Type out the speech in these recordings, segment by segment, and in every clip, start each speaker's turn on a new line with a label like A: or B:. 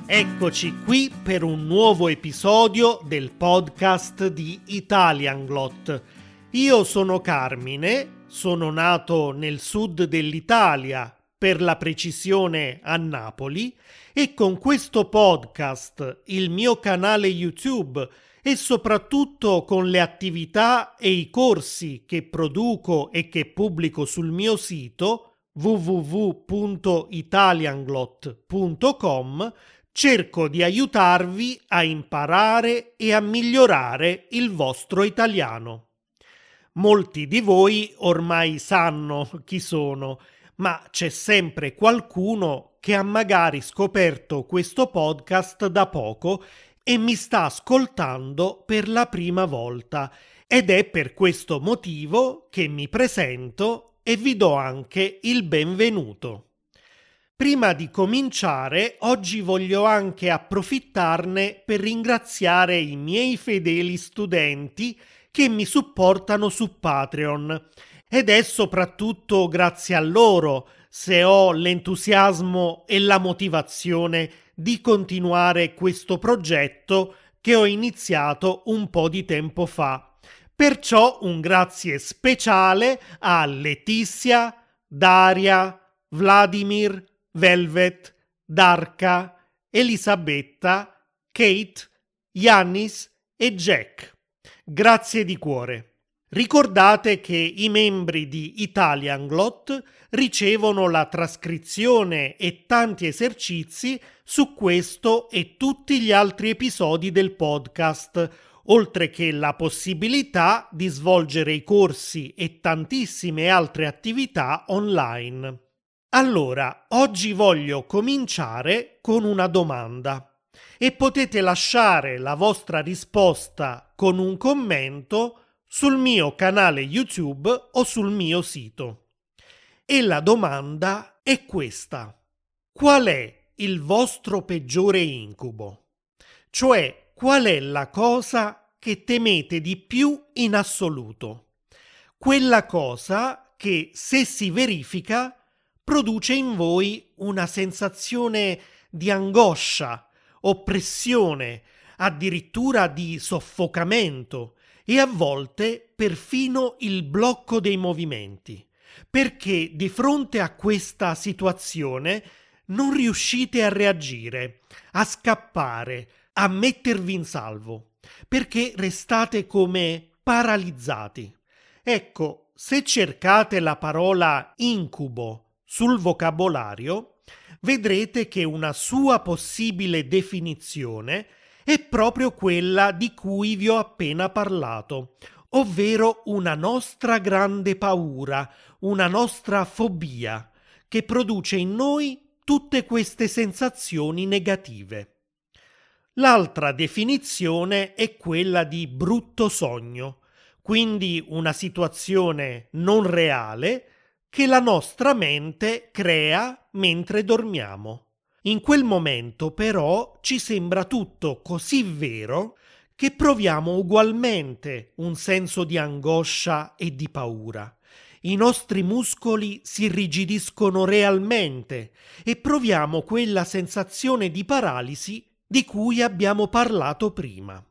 A: Eccoci qui per un nuovo episodio del podcast di Italianglot. Io sono Carmine, sono nato nel sud dell'Italia, per la precisione a Napoli, e con questo podcast, il mio canale YouTube e soprattutto con le attività e i corsi che produco e che pubblico sul mio sito www.italianglot.com, cerco di aiutarvi a imparare e a migliorare il vostro italiano. Molti di voi ormai sanno chi sono, ma c'è sempre qualcuno che ha magari scoperto questo podcast da poco e mi sta ascoltando per la prima volta, ed è per questo motivo che mi presento e vi do anche il benvenuto. Prima di cominciare, oggi voglio anche approfittarne per ringraziare i miei fedeli studenti che mi supportano su Patreon, ed è soprattutto grazie a loro se ho l'entusiasmo e la motivazione di continuare questo progetto che ho iniziato un po' di tempo fa. Perciò un grazie speciale a Letizia, Daria, Vladimir, Velvet, Darka, Elisabetta, Kate, Yannis e Jack. Grazie di cuore. Ricordate che i membri di Italianglot ricevono la trascrizione e tanti esercizi su questo e tutti gli altri episodi del podcast, oltre che la possibilità di svolgere i corsi e tantissime altre attività online. Allora, oggi voglio cominciare con una domanda e potete lasciare la vostra risposta con un commento sul mio canale YouTube o sul mio sito. E la domanda è questa: qual è il vostro peggiore incubo? Cioè, qual è la cosa che temete di più in assoluto? Quella cosa che, se si verifica, produce in voi una sensazione di angoscia, oppressione, addirittura di soffocamento e a volte perfino il blocco dei movimenti, perché di fronte a questa situazione non riuscite a reagire, a scappare, a mettervi in salvo, perché restate come paralizzati. Ecco, se cercate la parola incubo sul vocabolario, vedrete che una sua possibile definizione è proprio quella di cui vi ho appena parlato, ovvero una nostra grande paura, una nostra fobia, che produce in noi tutte queste sensazioni negative. L'altra definizione è quella di brutto sogno, quindi una situazione non reale che la nostra mente crea mentre dormiamo. In quel momento però ci sembra tutto così vero che proviamo ugualmente un senso di angoscia e di paura. I nostri muscoli si irrigidiscono realmente e proviamo quella sensazione di paralisi di cui abbiamo parlato prima.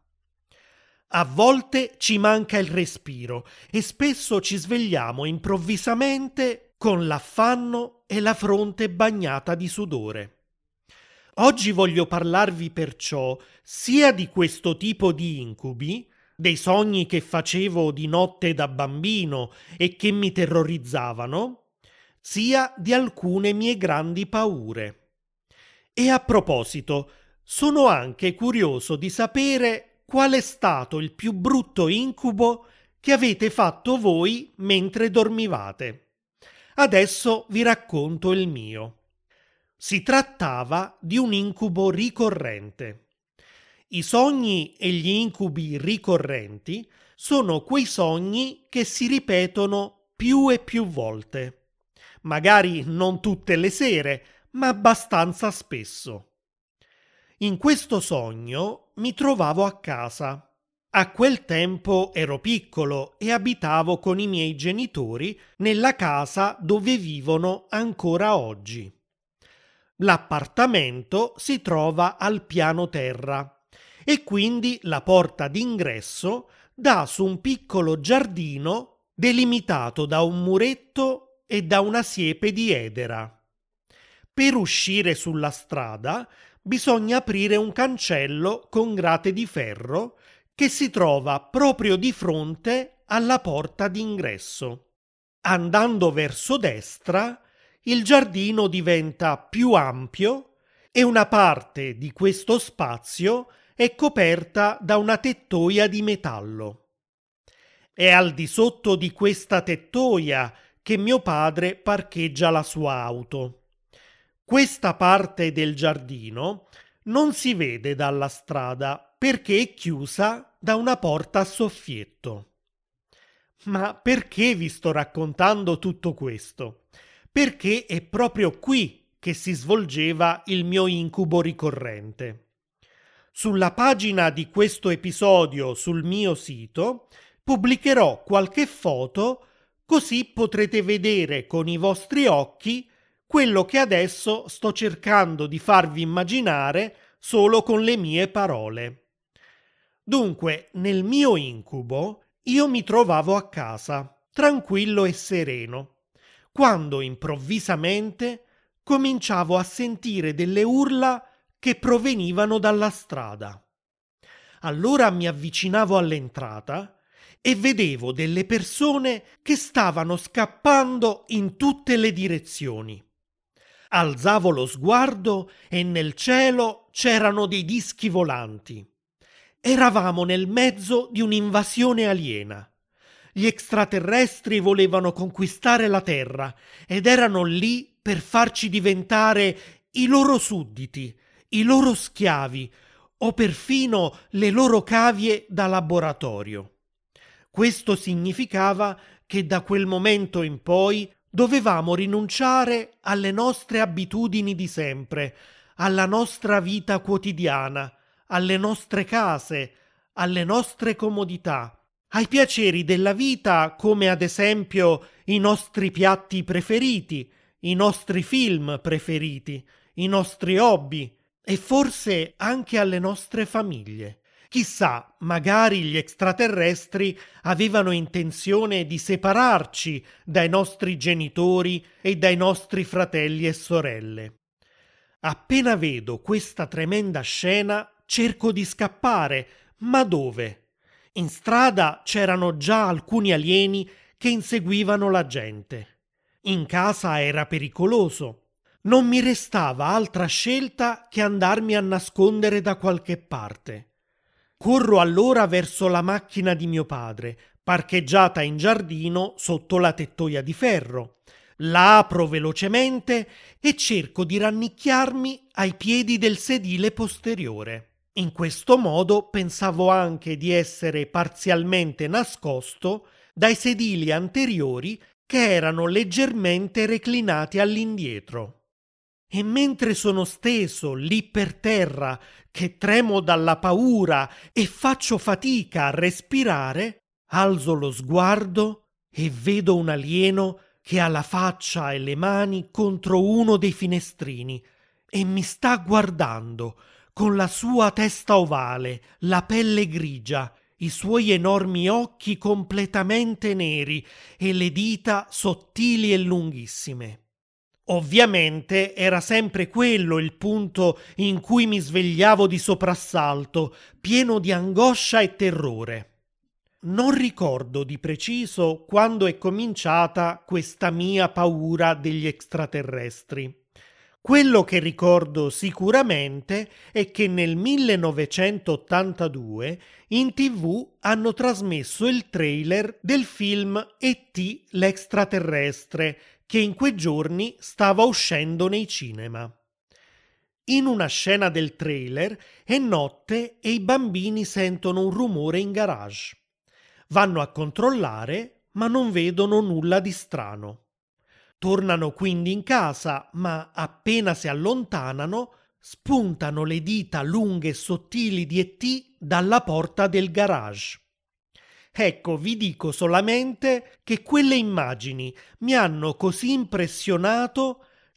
A: A volte ci manca il respiro e spesso ci svegliamo improvvisamente con l'affanno e la fronte bagnata di sudore. Oggi voglio parlarvi perciò sia di questo tipo di incubi, dei sogni che facevo di notte da bambino e che mi terrorizzavano, sia di alcune mie grandi paure. E a proposito, sono anche curioso di sapere qual è stato il più brutto incubo che avete fatto voi mentre dormivate. Adesso vi racconto il mio. Si trattava di un incubo ricorrente. I sogni e gli incubi ricorrenti sono quei sogni che si ripetono più e più volte. Magari non tutte le sere, ma abbastanza spesso. In questo sogno mi trovavo a casa. A quel tempo ero piccolo e abitavo con i miei genitori nella casa dove vivono ancora oggi. L'appartamento si trova al piano terra e quindi la porta d'ingresso dà su un piccolo giardino delimitato da un muretto e da una siepe di edera. Per uscire sulla strada bisogna aprire un cancello con grate di ferro che si trova proprio di fronte alla porta d'ingresso. Andando verso destra, il giardino diventa più ampio e una parte di questo spazio è coperta da una tettoia di metallo. È al di sotto di questa tettoia che mio padre parcheggia la sua auto. Questa parte del giardino non si vede dalla strada perché è chiusa da una porta a soffietto. Ma perché vi sto raccontando tutto questo? Perché è proprio qui che si svolgeva il mio incubo ricorrente. Sulla pagina di questo episodio sul mio sito pubblicherò qualche foto, così potrete vedere con i vostri occhi quello che adesso sto cercando di farvi immaginare solo con le mie parole. Dunque, nel mio incubo, io mi trovavo a casa, tranquillo e sereno, quando improvvisamente cominciavo a sentire delle urla che provenivano dalla strada. Allora mi avvicinavo all'entrata e vedevo delle persone che stavano scappando in tutte le direzioni. Alzavo lo sguardo e nel cielo c'erano dei dischi volanti. Eravamo nel mezzo di un'invasione aliena. Gli extraterrestri volevano conquistare la Terra ed erano lì per farci diventare i loro sudditi, i loro schiavi o perfino le loro cavie da laboratorio. Questo significava che da quel momento in poi dovevamo rinunciare alle nostre abitudini di sempre, alla nostra vita quotidiana, alle nostre case, alle nostre comodità, ai piaceri della vita come ad esempio i nostri piatti preferiti, i nostri film preferiti, i nostri hobby e forse anche alle nostre famiglie. Chissà, magari gli extraterrestri avevano intenzione di separarci dai nostri genitori e dai nostri fratelli e sorelle. Appena vedo questa tremenda scena, cerco di scappare, ma dove? In strada c'erano già alcuni alieni che inseguivano la gente. In casa era pericoloso. Non mi restava altra scelta che andarmi a nascondere da qualche parte. Corro allora verso la macchina di mio padre, parcheggiata in giardino sotto la tettoia di ferro. La apro velocemente e cerco di rannicchiarmi ai piedi del sedile posteriore. In questo modo pensavo anche di essere parzialmente nascosto dai sedili anteriori che erano leggermente reclinati all'indietro. E mentre sono steso lì per terra, che tremo dalla paura e faccio fatica a respirare, alzo lo sguardo e vedo un alieno che ha la faccia e le mani contro uno dei finestrini e mi sta guardando con la sua testa ovale, la pelle grigia, i suoi enormi occhi completamente neri e le dita sottili e lunghissime. Ovviamente era sempre quello il punto in cui mi svegliavo di soprassalto, pieno di angoscia e terrore. Non ricordo di preciso quando è cominciata questa mia paura degli extraterrestri. Quello che ricordo sicuramente è che nel 1982 in TV hanno trasmesso il trailer del film E.T. l'extraterrestre, che in quei giorni stava uscendo nei cinema. In una scena del trailer è notte e i bambini sentono un rumore in garage. Vanno a controllare, ma non vedono nulla di strano. Tornano quindi in casa, ma appena si allontanano, spuntano le dita lunghe e sottili di E.T. dalla porta del garage. Ecco, vi dico solamente che quelle immagini mi hanno così impressionato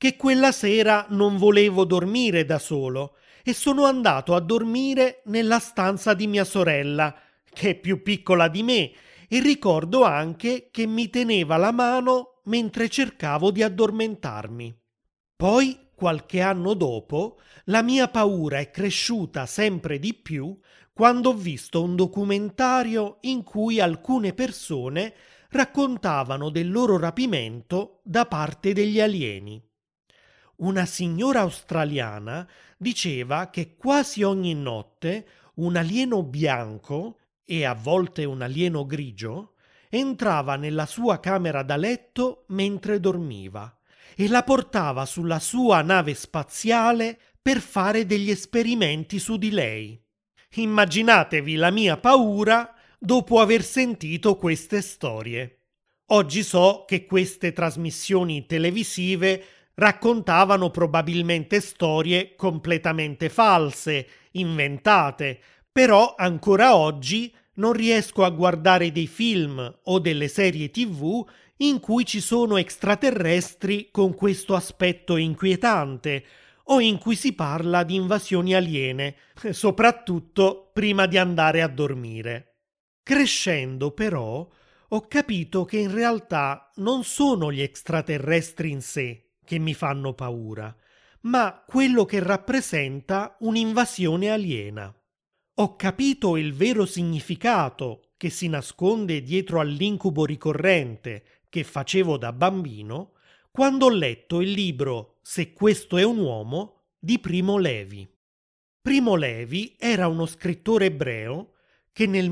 A: che quella sera non volevo dormire da solo e sono andato a dormire nella stanza di mia sorella, che è più piccola di me, e ricordo anche che mi teneva la mano mentre cercavo di addormentarmi. Poi, qualche anno dopo, la mia paura è cresciuta sempre di più quando ho visto un documentario in cui alcune persone raccontavano del loro rapimento da parte degli alieni. Una signora australiana diceva che quasi ogni notte un alieno bianco e a volte un alieno grigio entrava nella sua camera da letto mentre dormiva e la portava sulla sua nave spaziale per fare degli esperimenti su di lei. Immaginatevi la mia paura dopo aver sentito queste storie. Oggi so che queste trasmissioni televisive raccontavano probabilmente storie completamente false, inventate, però ancora oggi non riesco a guardare dei film o delle serie TV in cui ci sono extraterrestri con questo aspetto inquietante o in cui si parla di invasioni aliene, soprattutto prima di andare a dormire. Crescendo però ho capito che in realtà non sono gli extraterrestri in sé che mi fanno paura, ma quello che rappresenta un'invasione aliena. Ho capito il vero significato che si nasconde dietro all'incubo ricorrente che facevo da bambino quando ho letto il libro Se questo è un uomo di Primo Levi. Primo Levi era uno scrittore ebreo che nel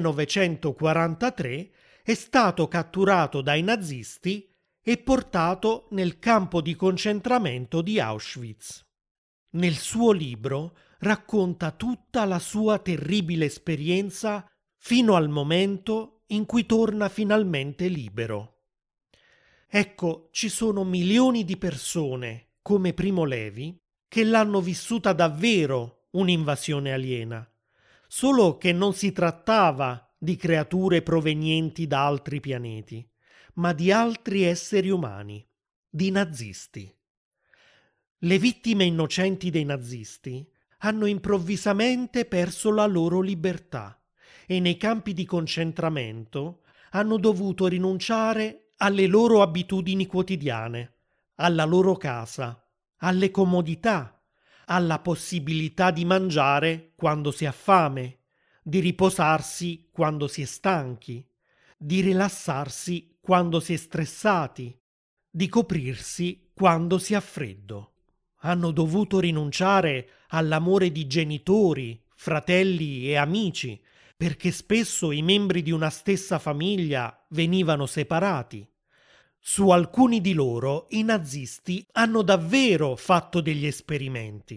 A: 1943 è stato catturato dai nazisti e portato nel campo di concentramento di Auschwitz. Nel suo libro racconta tutta la sua terribile esperienza fino al momento in cui torna finalmente libero. Ecco, ci sono milioni di persone, come Primo Levi, che l'hanno vissuta davvero un'invasione aliena, solo che non si trattava di creature provenienti da altri pianeti, ma di altri esseri umani, di nazisti. Le vittime innocenti dei nazisti hanno improvvisamente perso la loro libertà e nei campi di concentramento hanno dovuto rinunciare alle loro abitudini quotidiane, alla loro casa, alle comodità, alla possibilità di mangiare quando si ha fame, di riposarsi quando si è stanchi, di rilassarsi quando si è stressati, di coprirsi quando si ha freddo. Hanno dovuto rinunciare all'amore di genitori, fratelli e amici, perché spesso i membri di una stessa famiglia venivano separati. Su alcuni di loro i nazisti hanno davvero fatto degli esperimenti.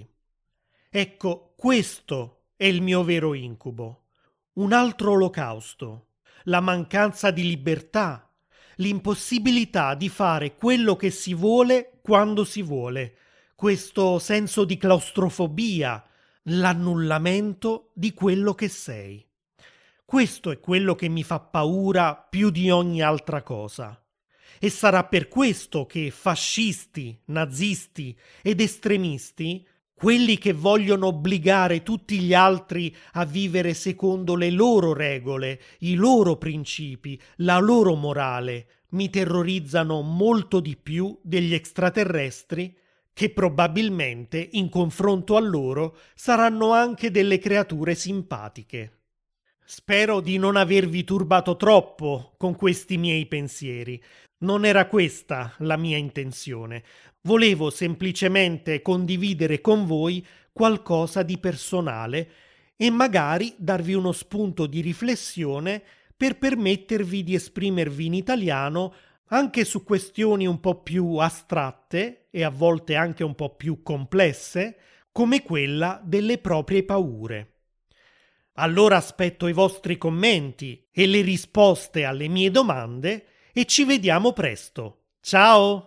A: Ecco, questo è il mio vero incubo. Un altro olocausto, la mancanza di libertà, l'impossibilità di fare quello che si vuole quando si vuole, questo senso di claustrofobia, l'annullamento di quello che sei. Questo è quello che mi fa paura più di ogni altra cosa. E sarà per questo che fascisti, nazisti ed estremisti, quelli che vogliono obbligare tutti gli altri a vivere secondo le loro regole, i loro principi, la loro morale, mi terrorizzano molto di più degli extraterrestri, che probabilmente in confronto a loro saranno anche delle creature simpatiche. Spero di non avervi turbato troppo con questi miei pensieri. Non era questa la mia intenzione. Volevo semplicemente condividere con voi qualcosa di personale e magari darvi uno spunto di riflessione per permettervi di esprimervi in italiano anche su questioni un po' più astratte e a volte anche un po' più complesse, come quella delle proprie paure. Allora aspetto i vostri commenti e le risposte alle mie domande e ci vediamo presto. Ciao!